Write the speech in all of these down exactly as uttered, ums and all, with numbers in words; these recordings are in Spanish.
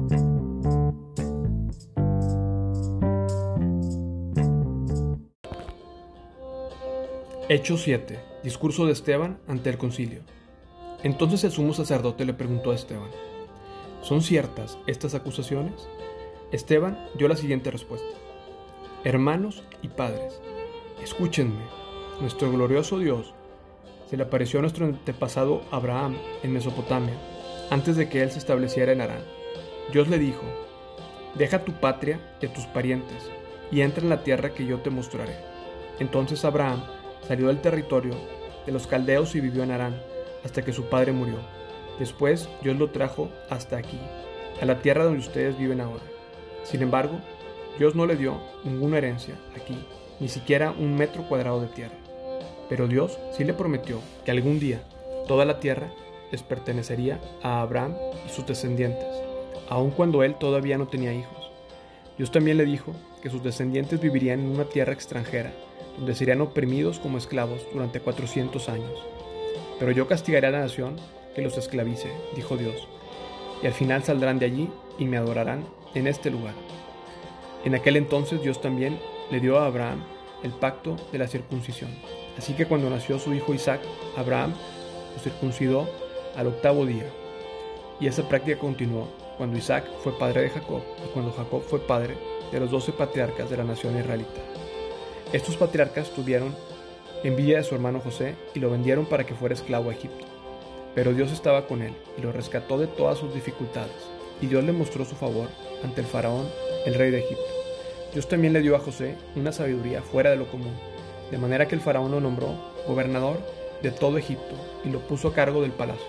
Hechos siete. Discurso de Esteban ante el concilio. Entonces el sumo sacerdote le preguntó a Esteban: ¿son ciertas estas acusaciones? Esteban dio la siguiente respuesta: hermanos y padres, escúchenme. Nuestro glorioso Dios se le apareció a nuestro antepasado Abraham en Mesopotamia, antes de que él se estableciera en Harán. Dios le dijo: deja tu patria y a tus parientes, y entra en la tierra que yo te mostraré. Entonces Abraham salió del territorio de los caldeos y vivió en Harán, hasta que su padre murió. Después Dios lo trajo hasta aquí, a la tierra donde ustedes viven ahora. Sin embargo, Dios no le dio ninguna herencia aquí, ni siquiera un metro cuadrado de tierra. Pero Dios sí le prometió que algún día toda la tierra les pertenecería a Abraham y sus descendientes, aun cuando él todavía no tenía hijos. Dios también le dijo que sus descendientes vivirían en una tierra extranjera, donde serían oprimidos como esclavos durante cuatrocientos años. Pero yo castigaré a la nación que los esclavice, dijo Dios, y al final saldrán de allí y me adorarán en este lugar. En aquel entonces Dios también le dio a Abraham el pacto de la circuncisión. Así que cuando nació su hijo Isaac, Abraham lo circuncidó al octavo día. Y esa práctica continuó cuando Isaac fue padre de Jacob y cuando Jacob fue padre de los doce patriarcas de la nación israelita. Estos patriarcas tuvieron envidia de su hermano José y lo vendieron para que fuera esclavo a Egipto. Pero Dios estaba con él y lo rescató de todas sus dificultades, y Dios le mostró su favor ante el faraón, el rey de Egipto. Dios también le dio a José una sabiduría fuera de lo común, de manera que el faraón lo nombró gobernador de todo Egipto y lo puso a cargo del palacio.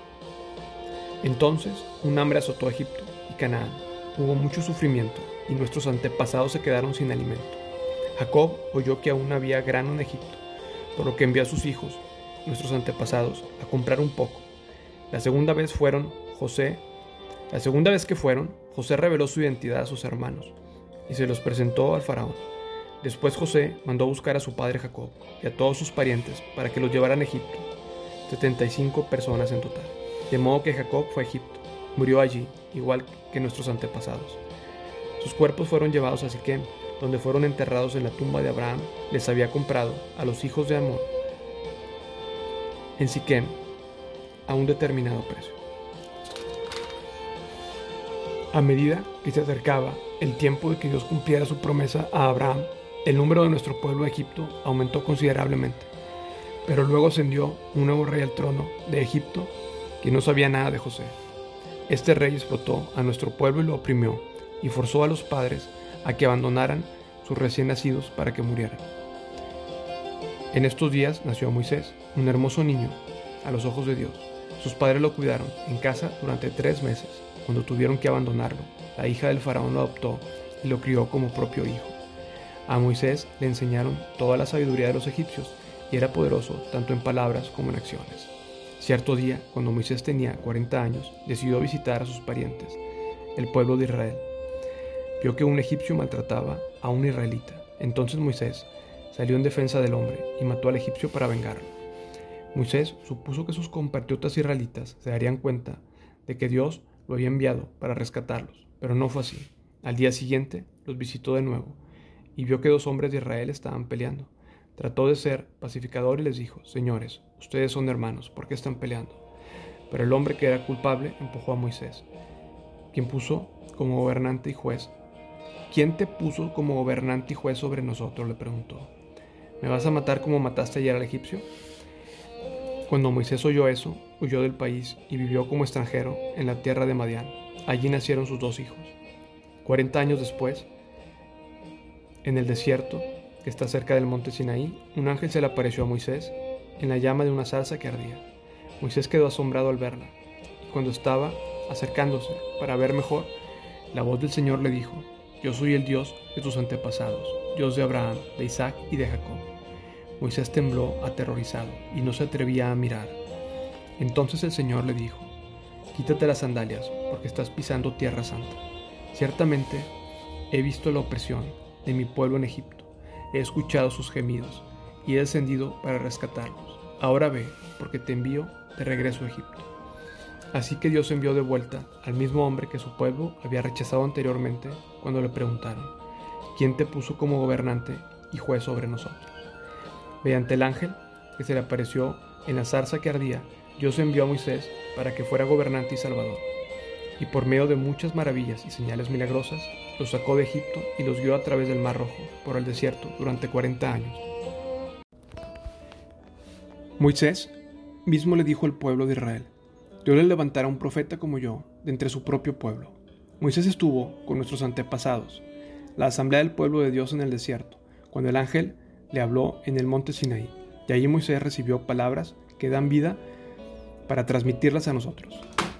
Entonces un hambre azotó a Egipto y Canaán. Hubo mucho sufrimiento y nuestros antepasados se quedaron sin alimento. Jacob oyó que aún había grano en Egipto, por lo que envió a sus hijos, nuestros antepasados, a comprar un poco. La segunda vez fueron José, la segunda vez que fueron, José reveló su identidad a sus hermanos y se los presentó al faraón. Después José mandó a buscar a su padre Jacob y a todos sus parientes para que los llevaran a Egipto, setenta y cinco personas en total. De modo que Jacob fue a Egipto, murió allí, igual que nuestros antepasados. Sus cuerpos fueron llevados a Siquem, donde fueron enterrados en la tumba de Abraham. Les había comprado a los hijos de Amor en Siquem a un determinado precio. A medida que se acercaba el tiempo de que Dios cumpliera su promesa a Abraham, el número de nuestro pueblo de Egipto aumentó considerablemente. Pero luego ascendió un nuevo rey al trono de Egipto que no sabía nada de José. Este rey explotó a nuestro pueblo y lo oprimió, y forzó a los padres a que abandonaran sus recién nacidos para que murieran. En estos días nació Moisés, un hermoso niño a los ojos de Dios. Sus padres lo cuidaron en casa durante tres meses. Cuando tuvieron que abandonarlo, la hija del faraón lo adoptó y lo crió como propio hijo. A Moisés le enseñaron toda la sabiduría de los egipcios y era poderoso tanto en palabras como en acciones. Cierto día, cuando Moisés tenía cuarenta años, decidió visitar a sus parientes, el pueblo de Israel. Vio que un egipcio maltrataba a un israelita. Entonces Moisés salió en defensa del hombre y mató al egipcio para vengarlo. Moisés supuso que sus compatriotas israelitas se darían cuenta de que Dios lo había enviado para rescatarlos, pero no fue así. Al día siguiente los visitó de nuevo y vio que dos hombres de Israel estaban peleando. Trató de ser pacificador y les dijo: señores, ustedes son hermanos, ¿por qué están peleando? Pero el hombre que era culpable empujó a Moisés, quien puso como gobernante y juez. ¿Quién te puso como gobernante y juez sobre nosotros?, le preguntó. ¿Me vas a matar como mataste ayer al egipcio? Cuando Moisés oyó eso, huyó del país y vivió como extranjero en la tierra de Madián. Allí nacieron sus dos hijos. Cuarenta años después, en el desierto, que está cerca del monte Sinaí, un ángel se le apareció a Moisés en la llama de una zarza que ardía. Moisés quedó asombrado al verla, y cuando estaba acercándose para ver mejor, la voz del Señor le dijo: yo soy el Dios de tus antepasados, Dios de Abraham, de Isaac y de Jacob. Moisés tembló aterrorizado y no se atrevía a mirar. Entonces el Señor le dijo: quítate las sandalias, porque estás pisando tierra santa. Ciertamente he visto la opresión de mi pueblo en Egipto, he escuchado sus gemidos y he descendido para rescatarlos. Ahora ve, porque te envío de regreso a Egipto. Así que Dios envió de vuelta al mismo hombre que su pueblo había rechazado anteriormente cuando le preguntaron: ¿quién te puso como gobernante y juez sobre nosotros? Mediante el ángel que se le apareció en la zarza que ardía, Dios envió a Moisés para que fuera gobernante y salvador. Y por medio de muchas maravillas y señales milagrosas, los sacó de Egipto y los guió a través del Mar Rojo por el desierto durante cuarenta años. Moisés mismo le dijo al pueblo de Israel: Dios le levantará un profeta como yo de entre su propio pueblo. Moisés estuvo con nuestros antepasados, la asamblea del pueblo de Dios en el desierto, cuando el ángel le habló en el monte Sinaí, y allí Moisés recibió palabras que dan vida para transmitirlas a nosotros.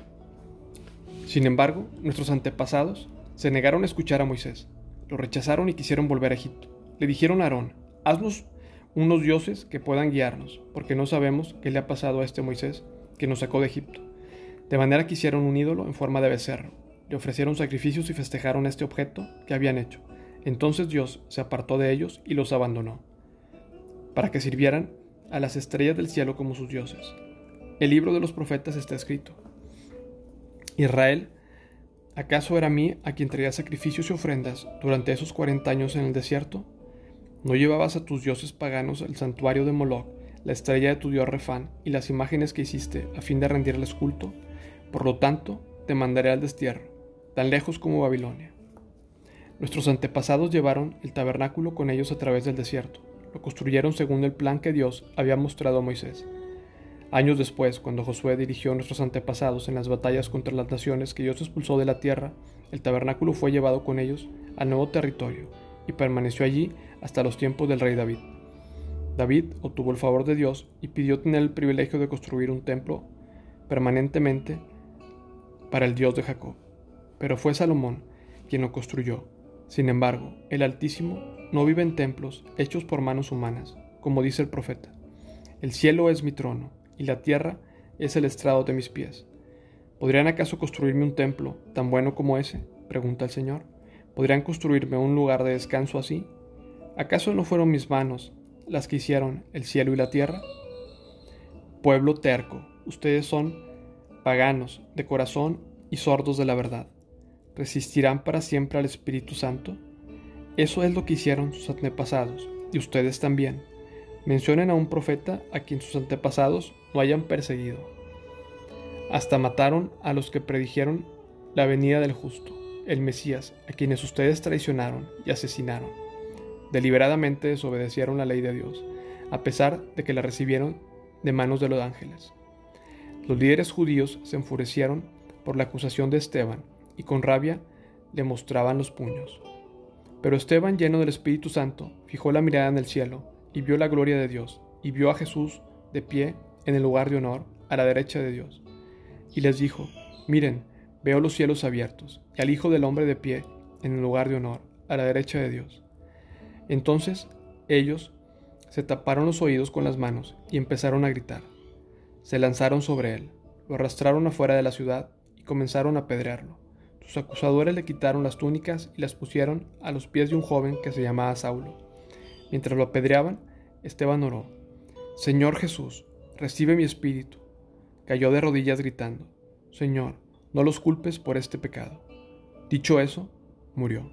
Sin embargo, nuestros antepasados se negaron a escuchar a Moisés, lo rechazaron y quisieron volver a Egipto. Le dijeron a Aarón: haznos unos dioses que puedan guiarnos, porque no sabemos qué le ha pasado a este Moisés que nos sacó de Egipto. De manera que hicieron un ídolo en forma de becerro, le ofrecieron sacrificios y festejaron este objeto que habían hecho. Entonces Dios se apartó de ellos y los abandonó, para que sirvieran a las estrellas del cielo como sus dioses. El libro de los profetas está escrito: Israel, ¿acaso era a mí a quien traía sacrificios y ofrendas durante esos cuarenta años en el desierto? ¿No llevabas a tus dioses paganos al santuario de Moloc, la estrella de tu dios Refán, y las imágenes que hiciste a fin de rendirles culto? Por lo tanto, te mandaré al destierro, tan lejos como Babilonia. Nuestros antepasados llevaron el tabernáculo con ellos a través del desierto. Lo construyeron según el plan que Dios había mostrado a Moisés. Años después, cuando Josué dirigió a nuestros antepasados en las batallas contra las naciones que Dios expulsó de la tierra, el tabernáculo fue llevado con ellos al nuevo territorio y permaneció allí hasta los tiempos del rey David. David obtuvo el favor de Dios y pidió tener el privilegio de construir un templo permanentemente para el Dios de Jacob. Pero fue Salomón quien lo construyó. Sin embargo, el Altísimo no vive en templos hechos por manos humanas, como dice el profeta: el cielo es mi trono, y la tierra es el estrado de mis pies. ¿Podrían acaso construirme un templo tan bueno como ese?, pregunta el Señor. ¿Podrían construirme un lugar de descanso así? ¿Acaso no fueron mis manos las que hicieron el cielo y la tierra? Pueblo terco, ustedes son paganos de corazón y sordos de la verdad. ¿Resistirán para siempre al Espíritu Santo? Eso es lo que hicieron sus antepasados, y ustedes también. Mencionen a un profeta a quien sus antepasados no hayan perseguido. Hasta mataron a los que predijeron la venida del justo, el Mesías, a quienes ustedes traicionaron y asesinaron. Deliberadamente desobedecieron la ley de Dios, a pesar de que la recibieron de manos de los ángeles. Los líderes judíos se enfurecieron por la acusación de Esteban y con rabia le mostraban los puños. Pero Esteban, lleno del Espíritu Santo, fijó la mirada en el cielo y vio la gloria de Dios, y vio a Jesús de pie en el lugar de honor a la derecha de Dios. Y les dijo: miren, veo los cielos abiertos y al Hijo del Hombre de pie en el lugar de honor a la derecha de Dios. Entonces ellos se taparon los oídos con las manos y empezaron a gritar. Se lanzaron sobre él, lo arrastraron afuera de la ciudad y comenzaron a apedrearlo. Sus acusadores le quitaron las túnicas y las pusieron a los pies de un joven que se llamaba Saulo. Mientras lo apedreaban, Esteban oró: Señor Jesús, recibe mi espíritu. Cayó de rodillas gritando: Señor, no los culpes por este pecado. Dicho eso, murió.